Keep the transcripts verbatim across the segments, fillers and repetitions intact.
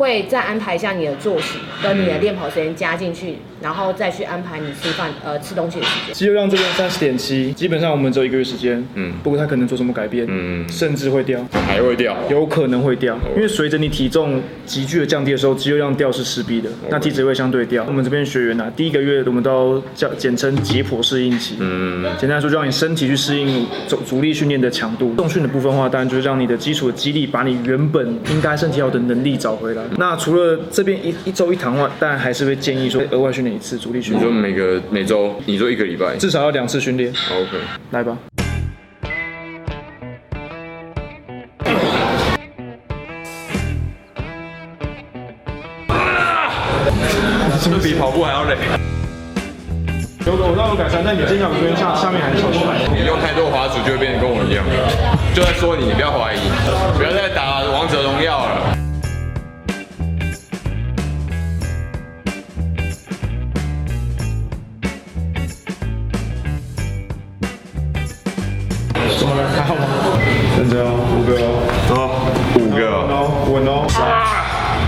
会再安排一下你的作息跟你的练跑时间加进去，然后再去安排你吃饭呃吃东西的时间。 肌肉量这边三十点七，基本上我们只有一个月时间，嗯，不过它可能做什么改变，嗯，甚至会掉， 还会掉， 有可能会掉，因为随着你体重急剧的降低的时候，肌肉量掉是势必的，那体脂会相对掉。我们这边学员啊，第一个月我们都叫简称解剖适应期，嗯，简单来说就让你身体去适应阻阻力训练的强度。重训的部分的话，当然就是让你的基础的肌力把你原本应该身体要的能力找回来。那除了这边一一周一堂外，当然还是会建议说额外训练一次阻力训练。 你说每个每周，你说一个礼拜， 至少要两次训练。 OK， 来吧。 是不是比跑步还要累？ 有我倒有改善，但你肩胛骨跟下下面还是小出来。 你用太多滑鼠就会变得跟我一样，就在说你，你不要怀疑，不要再打王者荣耀了。 怎么了？还好吗？认真哦，五个哦。 哦，五个哦， 稳哦。啊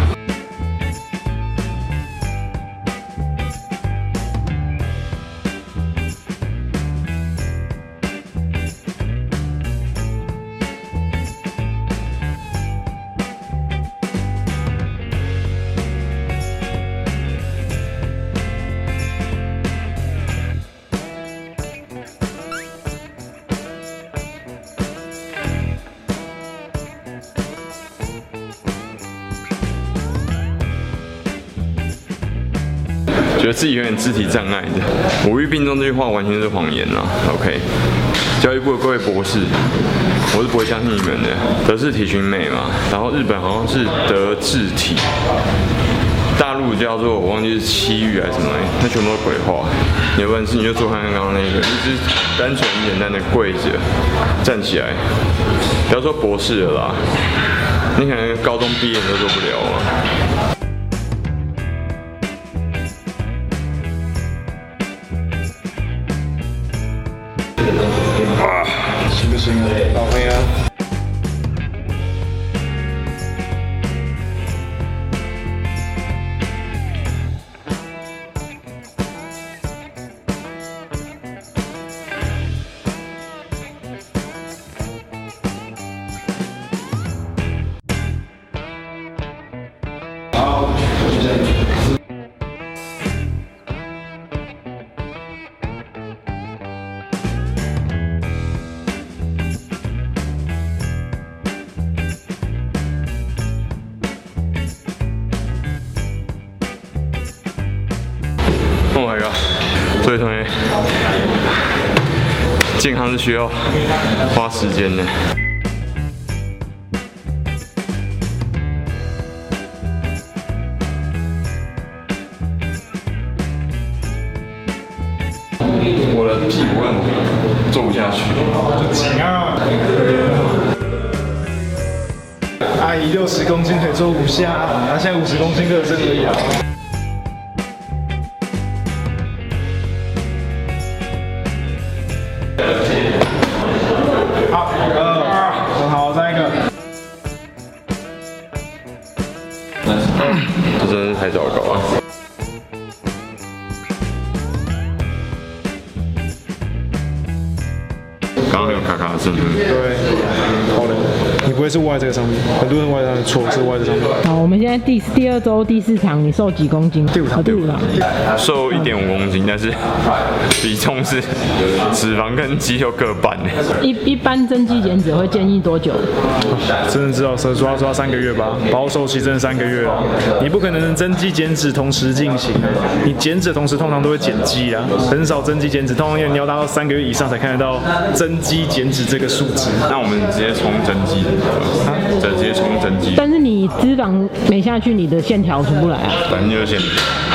觉得自己有点肢体障碍的。我遇病中这句话完全是谎言啊 ！OK， 教育部的各位博士，我是不会相信你们的。德智体群美嘛，然后日本好像是德智体，大陆叫做我忘记是七育还是什么，那全部都鬼话。有本事你就做看看刚刚那个，你只是单纯简单的跪着站起来，不要说博士了啦，你可能高中毕业你都做不了啊。 行不行啊，老黑啊？好，谢谢。 Oh my god！ 所以同学，健康是需要花时间的。我的屁股问题做不下去， 紧啊！阿姨六十公斤可以做五下，她现在五十公斤热身而已啊。好，呃，很好，再一个。 这真的是太糟糕了。刚刚有卡卡的声音。 对，好的。你不会是歪这个上面，很多人歪它的错是歪在上面。 好，我们现在第第二周第四场，你瘦几公斤？ 第五场， 第五场。 瘦一点五公斤，但是比重是脂肪跟肌肉各半。 一一般增肌减脂会建议多久？ 真的知道，抓抓三个月吧，保守期真的三个月了。你不可能增肌减脂同时进行啊，你减脂同时通常都会减肌啊，很少增肌减脂，通常你要达到三个月以上才看得到增肌减脂这个数值。 那我们直接冲增肌，啊，直接冲增肌。 但是你脂肪没下去，你的线条出不来啊。 反正就是线。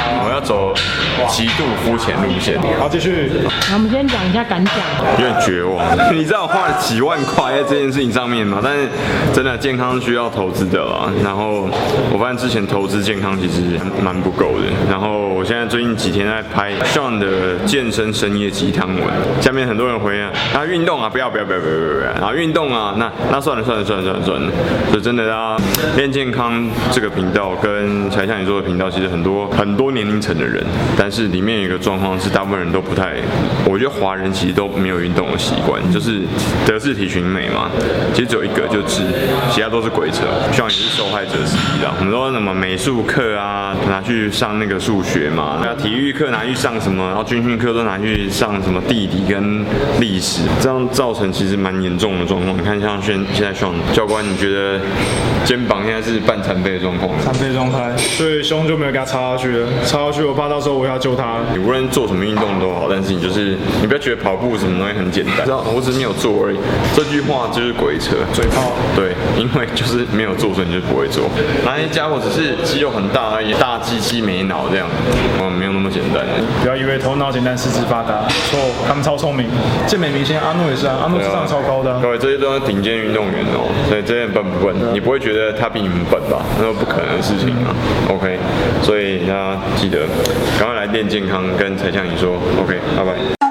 我要走极度肤浅路线。 好，继续。 那我们先讲一下感想。 有点绝望，你知道我花了几万块在这件事情上面吗？但是真的健康需要投资的啦。然后我发现之前投资健康其实蛮不够的。然后我现在最近几天在拍 Sean 的健身深夜鸡汤文，下面很多人回啊，啊运动啊不要不要不要不要不要，然后运动啊那那算了算了算了算了算了，就真的啊练健康这个频道跟才像你说的频道，其实很多很多年龄层的人，但是里面有一个状况是大部分人都不太，我觉得华人其实都没有运动的习惯，就是德式体群美嘛，其实只有一个就治，其他都是鬼扯。像也是受害者之一啦。我们都什么美术课啊，拿去上那个数学嘛，那体育课拿去上什么，然后军训课都拿去上什么地理跟历史，这样造成其实蛮严重的状况。你看像现现在像教官，你觉得肩膀现在是半残废的状况？ 残废状态，所以胸就没有给他插下去了，插下去我怕到时候我要救他。 你无论做什么运动都好，但是你就是你不要觉得跑步什么东西很简单，知道我只是没有做而已。这句话就是鬼扯， 嘴炮。 对，因为就是没有做，所以你就不会做。那些家伙只是肌肉很大而已，大鸡鸡没脑这样，哦，没有那么简单。 不要以为头脑简单四肢发达，错，他们超聪明。健美明星阿诺也是啊，阿诺智商超高的、啊。 各位，这些都是顶尖运动员哦，所以这些笨不笨？你不会觉得他比你们笨吧？那不可能的事情啊。嗯、OK， 所以大家记得赶快来练健康，跟才向你说 OK， 拜拜。